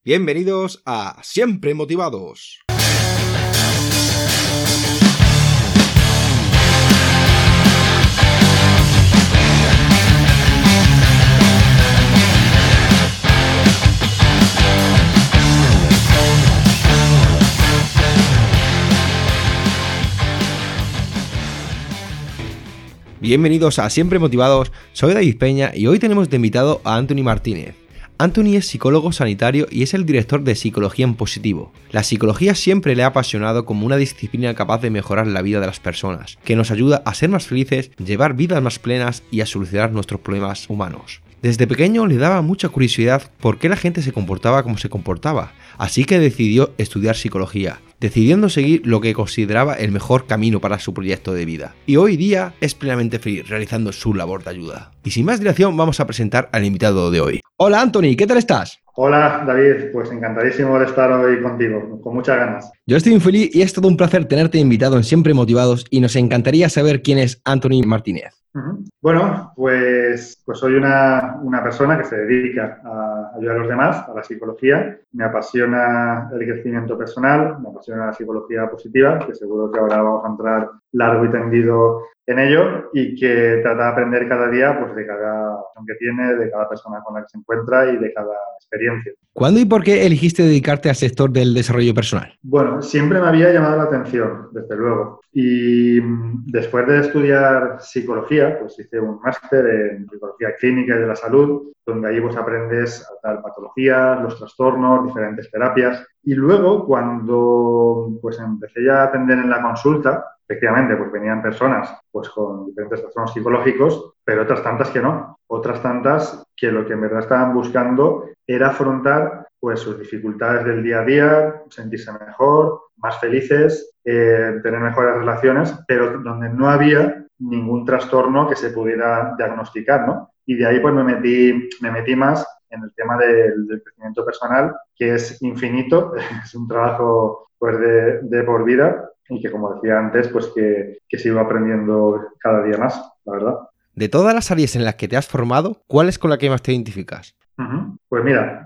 Bienvenidos a Siempre Motivados. Bienvenidos a Siempre Motivados, soy David Peña y hoy tenemos de invitado a Anthony Martínez. Anthony es psicólogo sanitario y es el director de Psicología en Positivo. La psicología siempre le ha apasionado como una disciplina capaz de mejorar la vida de las personas, que nos ayuda a ser más felices, llevar vidas más plenas y a solucionar nuestros problemas humanos. Desde pequeño le daba mucha curiosidad por qué la gente se comportaba como se comportaba, así que decidió estudiar psicología, decidiendo seguir lo que consideraba el mejor camino para su proyecto de vida. Y hoy día es plenamente feliz realizando su labor de ayuda. Y sin más dilación vamos a presentar al invitado de hoy. Hola Anthony, ¿qué tal estás? Hola David, pues encantadísimo de estar hoy contigo, con muchas ganas. Yo estoy muy feliz y es todo un placer tenerte invitado en Siempre Motivados y nos encantaría saber quién es Anthony Martínez. Bueno, pues soy una persona que se dedica a ayudar a los demás, a la psicología. Me apasiona el crecimiento personal, me apasiona la psicología positiva, que seguro que ahora vamos a entrar largo y tendido en ello, y que trata de aprender cada día pues, de cada opción que tiene, de cada persona con la que se encuentra y de cada experiencia. ¿Cuándo y por qué elegiste dedicarte al sector del desarrollo personal? Bueno, siempre me había llamado la atención, desde luego. Y después de estudiar psicología, pues hice un máster en psicología clínica y de la salud, donde ahí pues aprendes a tratar patologías, los trastornos, diferentes terapias. Y luego, cuando pues empecé ya a atender en la consulta, efectivamente, pues venían personas pues con diferentes trastornos psicológicos, pero otras tantas que no. Otras tantas que lo que en verdad estaban buscando era afrontar pues sus dificultades del día a día, sentirse mejor, más felices, tener mejores relaciones, pero donde no había ningún trastorno que se pudiera diagnosticar, ¿no? Y de ahí pues me metí más en el tema del crecimiento personal, que es infinito, es un trabajo pues de por vida y que, como decía antes, pues que sigo aprendiendo cada día más, la verdad. De todas las áreas en las que te has formado, ¿cuál es con la que más te identificas? Pues mira,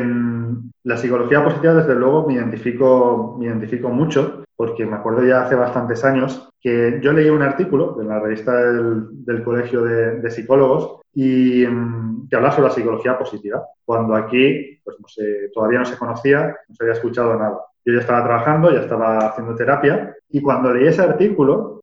la psicología positiva desde luego me identifico mucho, porque me acuerdo ya hace bastantes años que yo leí un artículo en la revista del Colegio de Psicólogos y que hablaba sobre la psicología positiva, cuando aquí pues todavía no se conocía, no se había escuchado nada. Yo ya estaba trabajando, ya estaba haciendo terapia y cuando leí ese artículo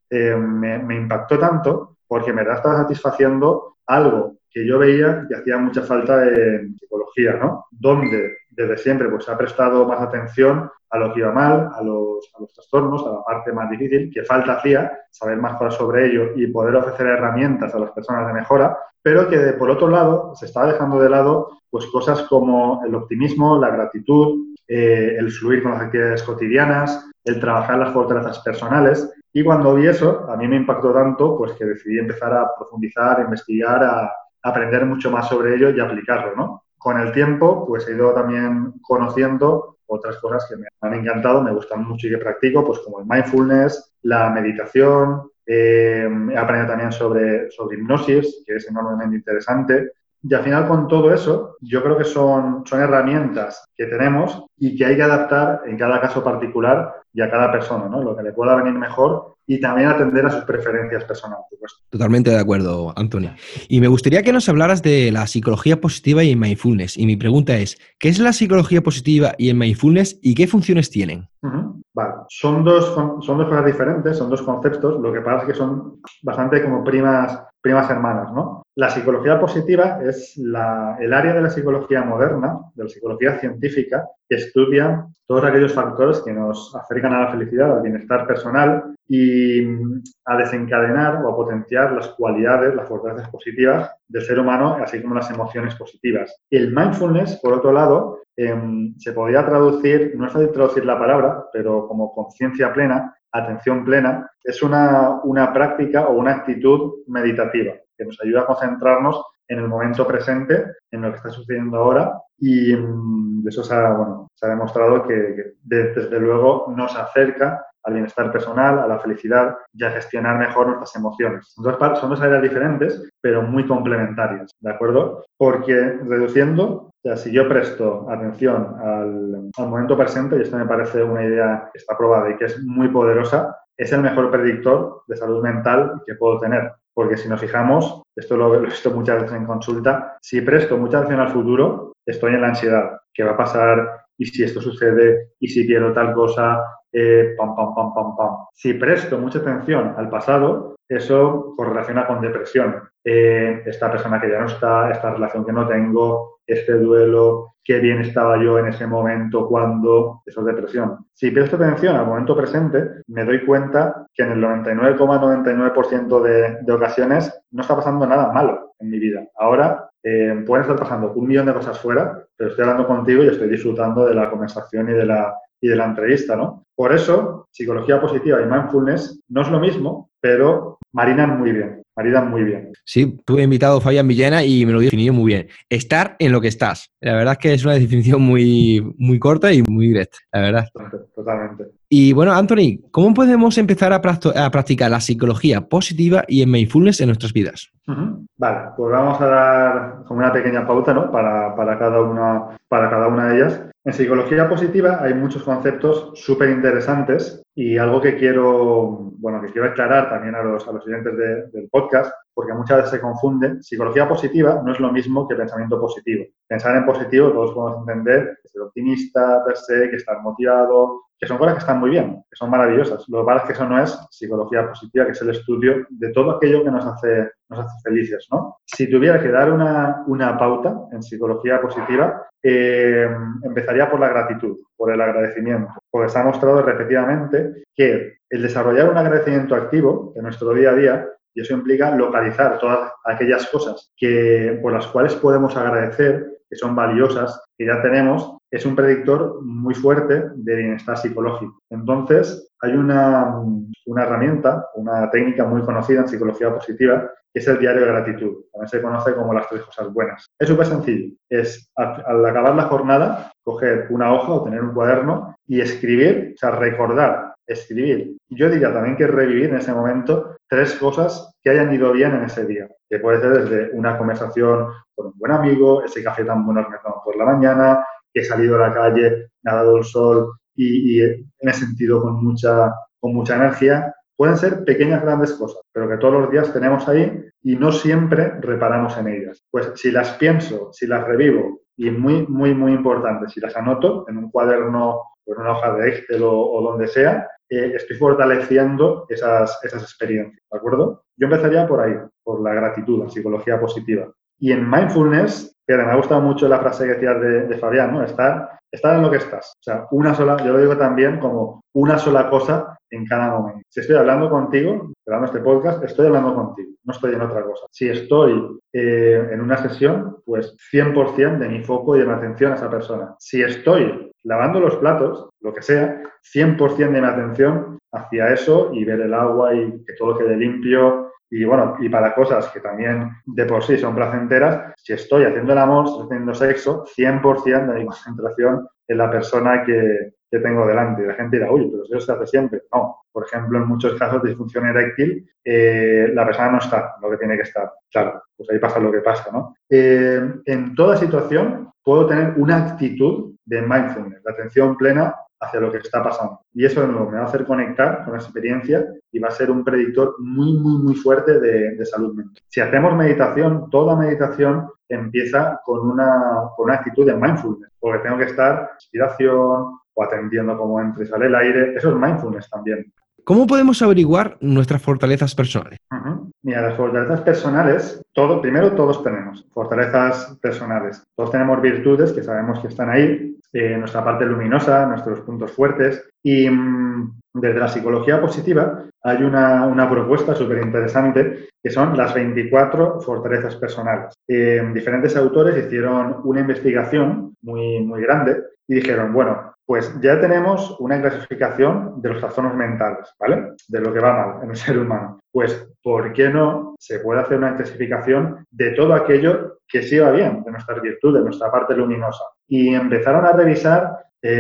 me impactó tanto porque me estaba satisfaciendo algo que yo veía que hacía mucha falta en psicología, ¿no? Donde desde siempre pues, se ha prestado más atención a lo que iba mal, a los trastornos, a la parte más difícil, que falta hacía saber más cosas sobre ello y poder ofrecer herramientas a las personas de mejora, pero que por otro lado se estaba dejando de lado pues, cosas como el optimismo, la gratitud, el fluir con las actividades cotidianas, el trabajar las fortalezas personales. Y cuando vi eso, a mí me impactó tanto pues, que decidí empezar a profundizar, a investigar, a aprender mucho más sobre ello y aplicarlo, ¿no? Con el tiempo, pues he ido también conociendo otras cosas que me han encantado, me gustan mucho y que practico, pues como el mindfulness, la meditación, he aprendido también sobre hipnosis, que es enormemente interesante. Y al final, con todo eso, yo creo que son herramientas que tenemos y que hay que adaptar en cada caso particular y a cada persona, ¿no? Lo que le pueda venir mejor y también atender a sus preferencias personales. Totalmente de acuerdo, Anthony. Y me gustaría que nos hablaras de la psicología positiva y el mindfulness. Y mi pregunta es, ¿qué es la psicología positiva y el mindfulness y qué funciones tienen? Vale, son dos cosas diferentes, son dos conceptos, lo que pasa es que son bastante como primas hermanas, ¿no? La psicología positiva es el área de la psicología moderna, de la psicología científica, que estudia todos aquellos factores que nos acercan a la felicidad, al bienestar personal y a desencadenar o a potenciar las cualidades, las fortalezas positivas del ser humano, así como las emociones positivas. El mindfulness, por otro lado, se podría traducir, no es fácil traducir la palabra, pero como conciencia plena, atención plena, es una práctica o una actitud meditativa que nos ayuda a concentrarnos en el momento presente, en lo que está sucediendo ahora y eso se ha demostrado que desde luego nos acerca al bienestar personal, a la felicidad y a gestionar mejor nuestras emociones. Entonces, son dos áreas diferentes, pero muy complementarias, ¿de acuerdo? Porque reduciendo, O sea, si yo presto atención al momento presente, y esto me parece una idea que está probada y que es muy poderosa, es el mejor predictor de salud mental que puedo tener. Porque si nos fijamos, esto lo he visto muchas veces en consulta, si presto mucha atención al futuro, estoy en la ansiedad. ¿Qué va a pasar? ¿Y si esto sucede? ¿Y si pierdo tal cosa? Pam, pam, pam, pam, pam. Si presto mucha atención al pasado, eso correlaciona con depresión. Esta persona que ya no está, esta relación que no tengo, este duelo, qué bien estaba yo en ese momento cuando, eso es depresión. Si presto atención al momento presente, me doy cuenta que en el 99,99% de ocasiones no está pasando nada malo en mi vida. Ahora pueden estar pasando 1.000.000 de cosas fuera, pero estoy hablando contigo y estoy disfrutando de la conversación y de la entrevista, ¿no? Por eso, psicología positiva y mindfulness no es lo mismo, pero maridan muy bien. Sí, tuve invitado a Fabián Villena y me lo definió muy bien. Estar en lo que estás. La verdad es que es una definición muy, muy corta y muy directa, la verdad. Totalmente. Y bueno, Anthony, ¿cómo podemos empezar a practicar la psicología positiva y el mindfulness en nuestras vidas? Vale, pues vamos a dar como una pequeña pauta, ¿no? para cada una de ellas. En psicología positiva hay muchos conceptos súper interesantes y algo que quiero aclarar también a los oyentes del podcast, porque muchas veces se confunde. Psicología positiva no es lo mismo que pensamiento positivo. Pensar en positivo todos podemos entender que ser optimista per se, que estar motivado, que son cosas que están muy bien, que son maravillosas. Lo que pasa es que eso no es psicología positiva, que es el estudio de todo aquello que nos hace felices, ¿no? Si tuviera que dar una pauta en psicología positiva, empezaría por la gratitud, por el agradecimiento, porque se ha mostrado repetidamente que el desarrollar un agradecimiento activo en nuestro día a día, y eso implica localizar todas aquellas cosas por las cuales podemos agradecer, que son valiosas, que ya tenemos, es un predictor muy fuerte de bienestar psicológico. Entonces, hay una herramienta, una técnica muy conocida en psicología positiva, que es el diario de gratitud. También se conoce como las 3 cosas buenas. Es súper sencillo. Es, al acabar la jornada, coger una hoja o tener un cuaderno y escribir, o sea, recordar, escribir. Y yo diría también que revivir en ese momento 3 cosas que hayan ido bien en ese día. Que puede ser desde una conversación con un buen amigo, ese café tan bueno que me tomo por la mañana, que he salido a la calle, me ha dado el sol y me he sentido con mucha energía. Pueden ser pequeñas, grandes cosas, pero que todos los días tenemos ahí y no siempre reparamos en ellas. Pues si las pienso, si las revivo y muy, muy, muy importante, si las anoto en un cuaderno o en una hoja de Excel o donde sea, estoy fortaleciendo esas experiencias, ¿de acuerdo? Yo empezaría por ahí, por la gratitud, la psicología positiva. Y en mindfulness, que me ha gustado mucho la frase que decías de Fabián, ¿no? Estar en lo que estás. O sea, yo lo digo también como una sola cosa en cada momento. Si estoy hablando contigo, grabando este podcast, estoy hablando contigo, no estoy en otra cosa. Si estoy en una sesión, pues 100% de mi foco y de mi atención a esa persona. Si estoy lavando los platos, lo que sea, 100% de mi atención hacia eso y ver el agua y que todo quede limpio. Y bueno, y para cosas que también de por sí son placenteras, si estoy haciendo el amor, si estoy haciendo sexo, 100% de mi concentración en la persona que tengo delante. Y la gente dirá, uy, pero eso se hace siempre. No. Por ejemplo, en muchos casos de disfunción eréctil, la persona no está lo que tiene que estar. Claro, pues ahí pasa lo que pasa, ¿no? En toda situación puedo tener una actitud de mindfulness, de atención plena hacia lo que está pasando. Y eso de nuevo me va a hacer conectar con la experiencia y va a ser un predictor muy, muy, muy fuerte de salud mental. Si hacemos meditación, toda meditación empieza con una actitud de mindfulness, porque tengo que estar en respiración o atendiendo cómo entra y sale el aire. Eso es mindfulness también. ¿Cómo podemos averiguar nuestras fortalezas personales? Mira, las fortalezas personales, primero todos tenemos fortalezas personales. Todos tenemos virtudes que sabemos que están ahí, nuestra parte luminosa, nuestros puntos fuertes. Y desde la psicología positiva hay una propuesta súper interesante que son las 24 fortalezas personales. Diferentes autores hicieron una investigación muy, muy grande y dijeron, bueno, pues ya tenemos una clasificación de los trastornos mentales, ¿vale? De lo que va mal en el ser humano. Pues, ¿por qué no se puede hacer una clasificación de todo aquello que sí va bien, de nuestras virtudes, de nuestra parte luminosa? Y empezaron a revisar,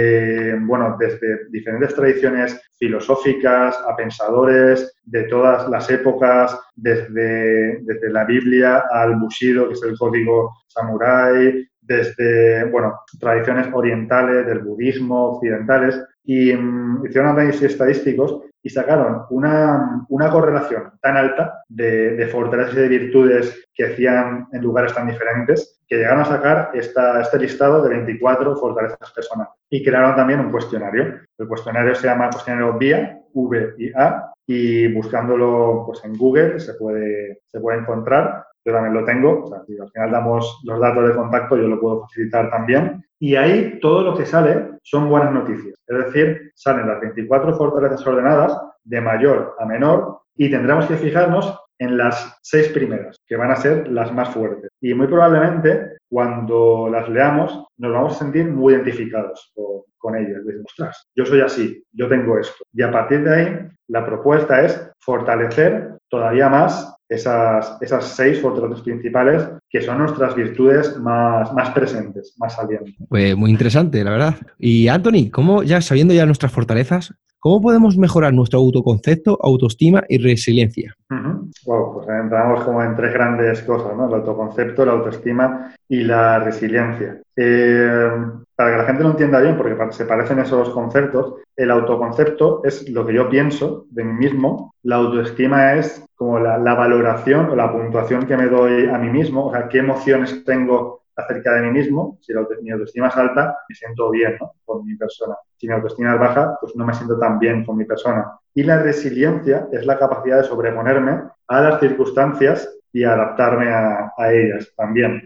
desde diferentes tradiciones filosóficas a pensadores de todas las épocas, desde la Biblia al Bushido, que es el código samurái, desde, bueno, tradiciones orientales, del budismo, occidentales, y hicieron análisis estadísticos y sacaron una correlación tan alta de fortalezas y de virtudes que hacían en lugares tan diferentes que llegaron a sacar este listado de 24 fortalezas personales. Y crearon también un cuestionario. El cuestionario se llama cuestionario VIA, V-I-A, y buscándolo pues, en Google se puede encontrar. Yo también lo tengo, o sea, si al final damos los datos de contacto, yo lo puedo facilitar también. Y ahí todo lo que sale son buenas noticias. Es decir, salen las 24 fortalezas ordenadas de mayor a menor y tendremos que fijarnos en las 6 primeras, que van a ser las más fuertes. Y muy probablemente, cuando las leamos, nos vamos a sentir muy identificados con ellas. Decimos, ostras, yo soy así, yo tengo esto. Y a partir de ahí, la propuesta es fortalecer todavía más esas 6 fortalezas principales que son nuestras virtudes más presentes, más salientes. Pues muy interesante, la verdad. Y Anthony, ¿cómo ya sabiendo ya nuestras fortalezas, cómo podemos mejorar nuestro autoconcepto, autoestima y resiliencia? Wow, pues entramos como en 3 grandes cosas, ¿no? El autoconcepto, la autoestima y la resiliencia. Para que la gente lo entienda bien, porque se parecen esos conceptos, el autoconcepto es lo que yo pienso de mí mismo, la autoestima es como la valoración o la puntuación que me doy a mí mismo, o sea, qué emociones tengo acerca de mí mismo. Si mi autoestima es alta, me siento bien, ¿no?, con mi persona. Si mi autoestima es baja, pues no me siento tan bien con mi persona. Y la resiliencia es la capacidad de sobreponerme a las circunstancias y adaptarme a ellas también.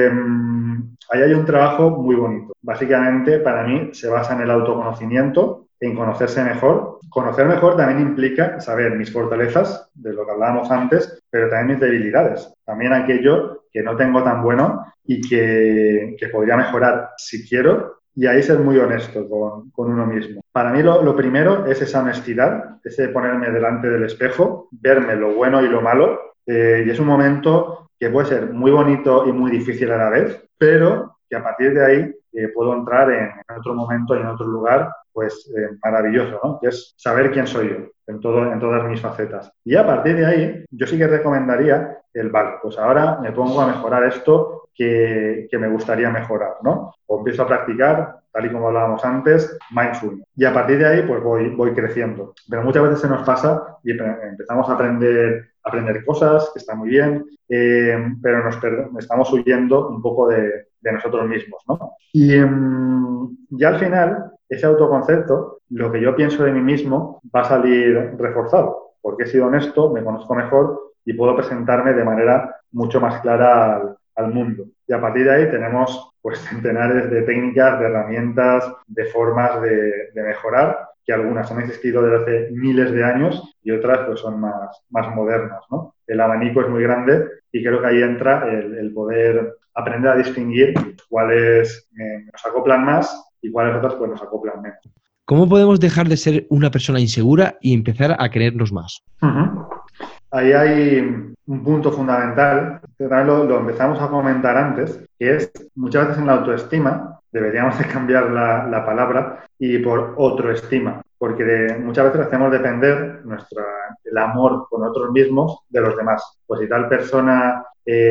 Ahí hay un trabajo muy bonito. Básicamente, para mí, se basa en el autoconocimiento, en conocerse mejor. Conocer mejor también implica saber mis fortalezas, de lo que hablábamos antes, pero también mis debilidades. También aquello que no tengo tan bueno y que podría mejorar si quiero. Y ahí ser muy honesto con uno mismo. Para mí lo primero es esa honestidad, ese ponerme delante del espejo, verme lo bueno y lo malo. Y es un momento que puede ser muy bonito y muy difícil a la vez, pero que a partir de ahí puedo entrar en otro momento y en otro lugar, pues maravilloso, ¿no? Que es saber quién soy yo en todas mis facetas. Y a partir de ahí, yo sí que recomendaría vale, pues ahora me pongo a mejorar esto que me gustaría mejorar, ¿no? O empiezo a practicar, tal y como hablábamos antes, mindfulness. Y a partir de ahí, pues voy creciendo. Pero muchas veces se nos pasa y empezamos a aprender cosas, que está muy bien, pero estamos huyendo un poco de nosotros mismos, ¿no? Y al final, ese autoconcepto, lo que yo pienso de mí mismo, va a salir reforzado, porque he sido honesto, me conozco mejor y puedo presentarme de manera mucho más clara al mundo. Y a partir de ahí tenemos pues centenares de técnicas, de herramientas, de formas de mejorar, que algunas han existido desde hace miles de años y otras pues son más modernas, ¿no? El abanico es muy grande y creo que ahí entra el poder aprender a distinguir cuáles nos acoplan más y cuáles otras pues nos acoplan menos. ¿Cómo podemos dejar de ser una persona insegura y empezar a creernos más? Ahí hay un punto fundamental, que también lo empezamos a comentar antes, que es muchas veces en la autoestima deberíamos de cambiar la palabra y por autoestima, porque muchas veces hacemos depender el amor con nosotros mismos de los demás. Pues si tal persona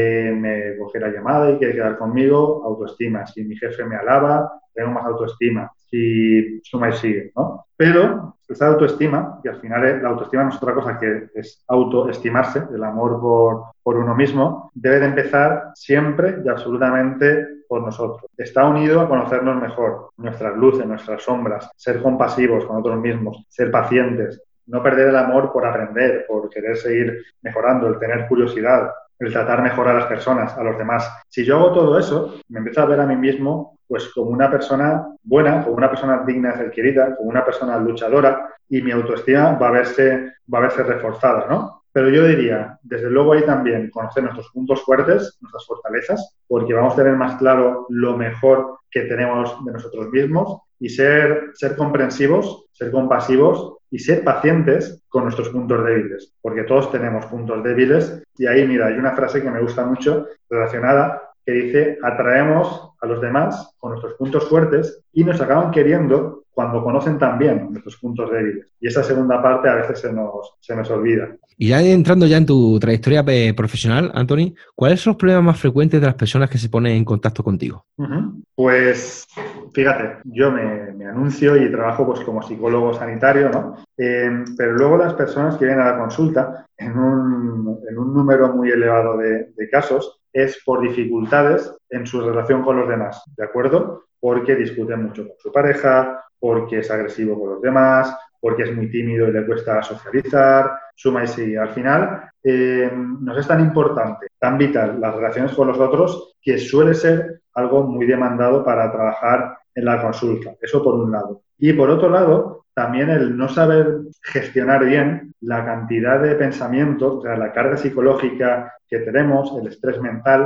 me coge la llamada y quiere quedar conmigo, autoestima. Si mi jefe me alaba, tengo más autoestima. Si suma y sigue, ¿no? Pero esa autoestima, y al final la autoestima no es otra cosa que es autoestimarse, el amor por uno mismo, debe de empezar siempre y absolutamente por nosotros. Está unido a conocernos mejor, nuestras luces, nuestras sombras, ser compasivos con otros mismos, ser pacientes, no perder el amor por aprender, por querer seguir mejorando, el tener curiosidad, el tratar mejor a las personas, a los demás. Si yo hago todo eso, me empiezo a ver a mí mismo pues como una persona buena, como una persona digna de ser querida, como una persona luchadora, y mi autoestima va a verse reforzada, ¿no? Pero yo diría, desde luego ahí también conocer nuestros puntos fuertes, nuestras fortalezas, porque vamos a tener más claro lo mejor que tenemos de nosotros mismos y ser comprensivos, ser compasivos y ser pacientes con nuestros puntos débiles, porque todos tenemos puntos débiles. Y ahí, mira, hay una frase que me gusta mucho relacionada que dice: atraemos a los demás con nuestros puntos fuertes y nos acaban queriendo cuando conocen también nuestros puntos débiles. Y esa segunda parte a veces se nos olvida. Y ya entrando ya en tu trayectoria profesional, Anthony, ¿cuáles son los problemas más frecuentes de las personas que se ponen en contacto contigo? Pues fíjate, yo me anuncio y trabajo pues como psicólogo sanitario, ¿no? Pero luego las personas que vienen a la consulta, en un número muy elevado de casos, es por dificultades en su relación con los demás, ¿de acuerdo? Porque discuten mucho con su pareja, porque es agresivo con los demás, porque es muy tímido y le cuesta socializar, suma y sigue. Al final, nos es tan importante, tan vital las relaciones con los otros, que suele ser algo muy demandado para trabajar en la consulta. Eso por un lado. Y por otro lado, también el no saber gestionar bien la cantidad de pensamientos, o sea, la carga psicológica que tenemos, el estrés mental,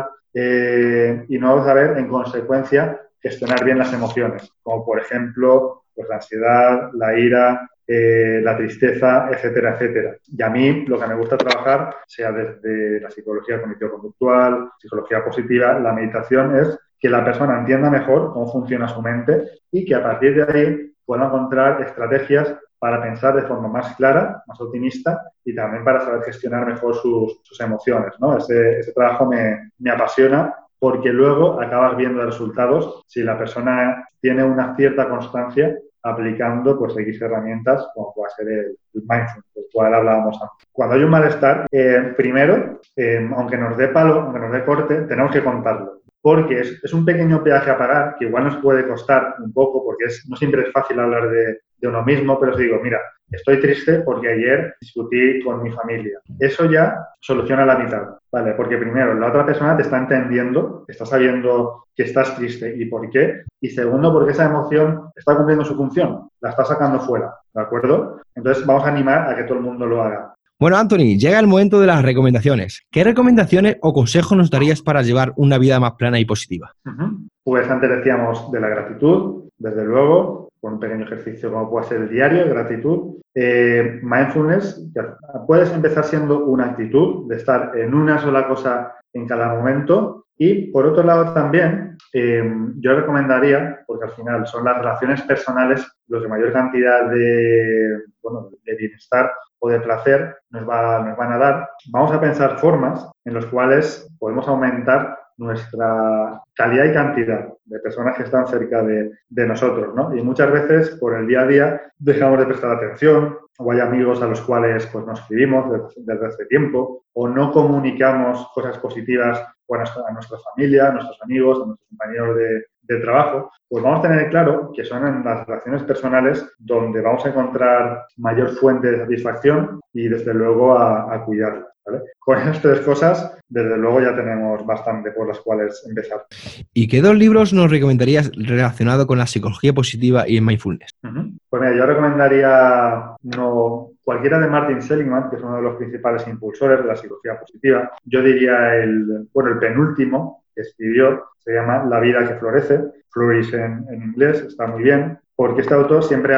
y no saber, en consecuencia, gestionar bien las emociones, como por ejemplo, pues la ansiedad, la ira, la tristeza, etcétera, etcétera. Y a mí lo que me gusta trabajar, sea desde la psicología cognitivo-conductual, psicología positiva, la meditación, es que la persona entienda mejor cómo funciona su mente y que a partir de ahí pueda encontrar estrategias para pensar de forma más clara, más optimista y también para saber gestionar mejor sus emociones, ¿no? Ese trabajo me apasiona, porque luego acabas viendo resultados si la persona tiene una cierta constancia aplicando pues X herramientas como puede ser el mindfulness, del cual hablábamos antes. Cuando hay un malestar, primero, aunque nos dé palo, aunque nos dé corte, tenemos que contarlo. Porque es un pequeño peaje a pagar que igual nos puede costar un poco, porque no siempre es fácil hablar de uno mismo, pero os digo, mira, estoy triste porque ayer discutí con mi familia. Eso ya soluciona la mitad, ¿vale? Porque primero, la otra persona te está entendiendo, está sabiendo que estás triste y por qué. Y segundo, porque esa emoción está cumpliendo su función, la está sacando fuera, ¿de acuerdo? Entonces vamos a animar a que todo el mundo lo haga. Bueno, Anthony, llega el momento de las recomendaciones. ¿Qué recomendaciones o consejos nos darías para llevar una vida más plana y positiva? Pues antes decíamos de la gratitud, desde luego, con un pequeño ejercicio como puede ser el diario de gratitud. Mindfulness, puedes empezar siendo una actitud de estar en una sola cosa en cada momento. Y por otro lado también, yo recomendaría, porque al final son las relaciones personales los de mayor cantidad de bienestar o de placer nos van a dar. Vamos a pensar formas en las cuales podemos aumentar nuestra calidad y cantidad de personas que están cerca de nosotros, ¿no? Y muchas veces por el día a día dejamos de prestar atención, o hay amigos a los cuales pues, nos escribimos desde hace tiempo, o no comunicamos cosas positivas a nuestra familia, a nuestros amigos, a nuestros compañeros de trabajo. Pues vamos a tener claro que son en las relaciones personales donde vamos a encontrar mayor fuente de satisfacción y desde luego a cuidarlas, ¿vale? Con estas tres cosas, desde luego ya tenemos bastante por las cuales empezar. ¿Y qué 2 libros nos recomendarías relacionados con la psicología positiva y el mindfulness? Pues mira, yo recomendaría cualquiera de Martin Seligman, que es uno de los principales impulsores de la psicología positiva. Yo diría el penúltimo que escribió, se llama La vida que florece, Flourish en inglés, está muy bien, porque este autor siempre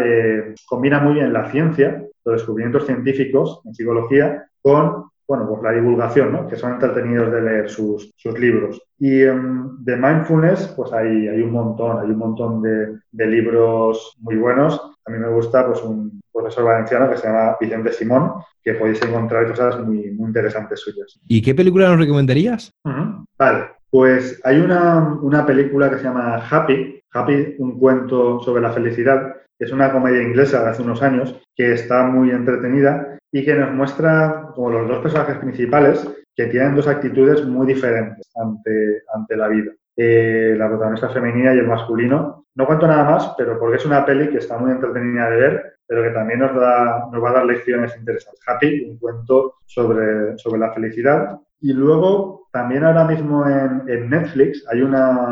combina muy bien la ciencia, los descubrimientos científicos en psicología, con pues la divulgación, ¿no? Que son entretenidos de leer sus libros. Y de mindfulness, pues hay un montón de libros muy buenos. A mí me gusta pues un profesor valenciano que se llama Vicente Simón, que podéis encontrar cosas muy, muy interesantes suyas. ¿Y qué película nos recomendarías? Vale, pues hay una película que se llama Happy, un cuento sobre la felicidad. Es una comedia inglesa de hace unos años que está muy entretenida y que nos muestra como los dos personajes principales que tienen dos actitudes muy diferentes ante la vida. La protagonista femenina y el masculino. No cuento nada más, pero porque es una peli que está muy entretenida de ver, pero que también nos va a dar lecciones interesantes. Happy, un cuento sobre la felicidad. Y luego, también ahora mismo en Netflix hay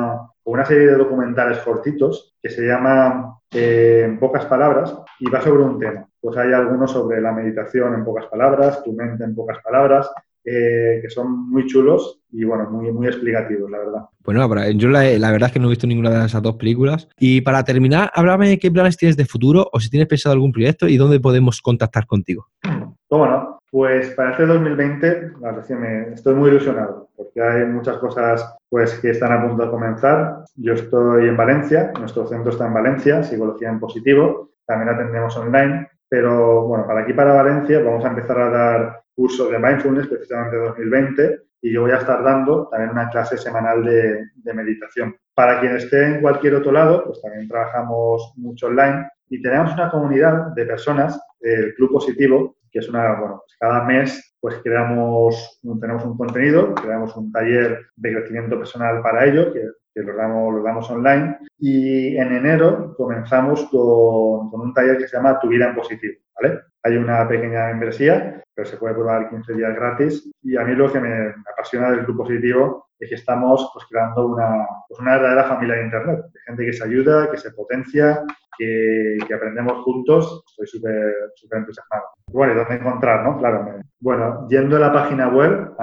una serie de documentales cortitos que se llama En pocas palabras y va sobre un tema. Pues hay algunos sobre la meditación en pocas palabras, tu mente en pocas palabras, que son muy chulos y bueno, muy, muy explicativos, la verdad. Bueno, yo la verdad es que no he visto ninguna de esas 2 películas. Y para terminar, háblame de qué planes tienes de futuro o si tienes pensado algún proyecto y dónde podemos contactar contigo. ¿Cómo no? Pues para este 2020, la verdad es que estoy muy ilusionado porque hay muchas cosas pues, que están a punto de comenzar. Yo estoy en Valencia, nuestro centro está en Valencia, Psicología en Positivo, también atendemos online, pero bueno, para Valencia vamos a empezar a dar cursos de mindfulness precisamente 2020 y yo voy a estar dando también una clase semanal de meditación. Para quien esté en cualquier otro lado, pues también trabajamos mucho online y tenemos una comunidad de personas, el Club Positivo, que es pues cada mes pues tenemos un contenido, creamos un taller de crecimiento personal para ello, que lo damos online. Y en enero comenzamos con un taller que se llama Tu Vida en Positivo, ¿vale? Hay una pequeña membresía, pero se puede probar 15 días gratis. Y a mí lo que me apasiona del Club Positivo es que estamos pues, creando una verdadera familia de Internet, de gente que se ayuda, que se potencia, que aprendemos juntos. Estoy súper entusiasmado. Bueno, ¿y dónde encontrar, no? Claro. Bueno, yendo a la página web,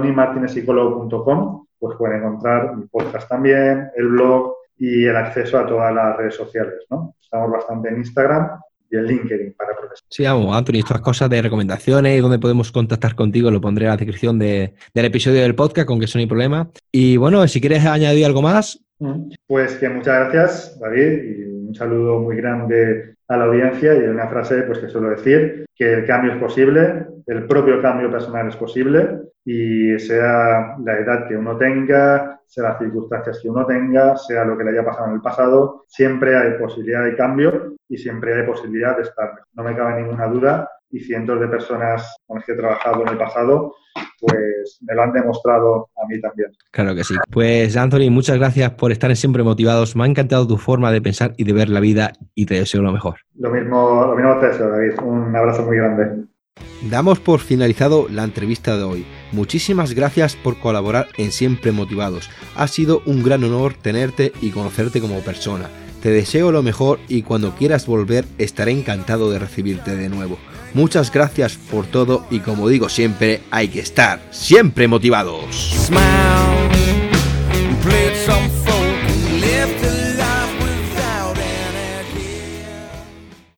antonimartinezpsicólogo.com, pues pueden encontrar mi podcast también, el blog y el acceso a todas las redes sociales, ¿no? Estamos bastante en Instagram y en LinkedIn para profesionales. Sí, vamos, Anthony, estas cosas de recomendaciones y donde podemos contactar contigo lo pondré en la descripción del episodio del podcast, con que eso no hay problema. Y bueno, si quieres añadir algo más. Pues que muchas gracias, David, y un saludo muy grande a la audiencia. Y una frase pues que suelo decir, que el cambio es posible, el propio cambio personal es posible, y sea la edad que uno tenga, sea las circunstancias que uno tenga, sea lo que le haya pasado en el pasado, siempre hay posibilidad de cambio y siempre hay posibilidad de estar mejor. No me cabe ninguna duda, y cientos de personas con las que he trabajado en el pasado pues me lo han demostrado a mí también. Claro que sí. Pues Anthony, muchas gracias por estar en Siempre Motivados. Me ha encantado tu forma de pensar y de ver la vida y te deseo lo mejor. Lo mismo te deseo, David. Un abrazo muy grande. Damos por finalizado la entrevista de hoy. Muchísimas gracias por colaborar en Siempre Motivados. Ha sido un gran honor tenerte y conocerte como persona. Te deseo lo mejor y cuando quieras volver estaré encantado de recibirte de nuevo. Muchas gracias por todo y como digo siempre, hay que estar siempre motivados. Smile,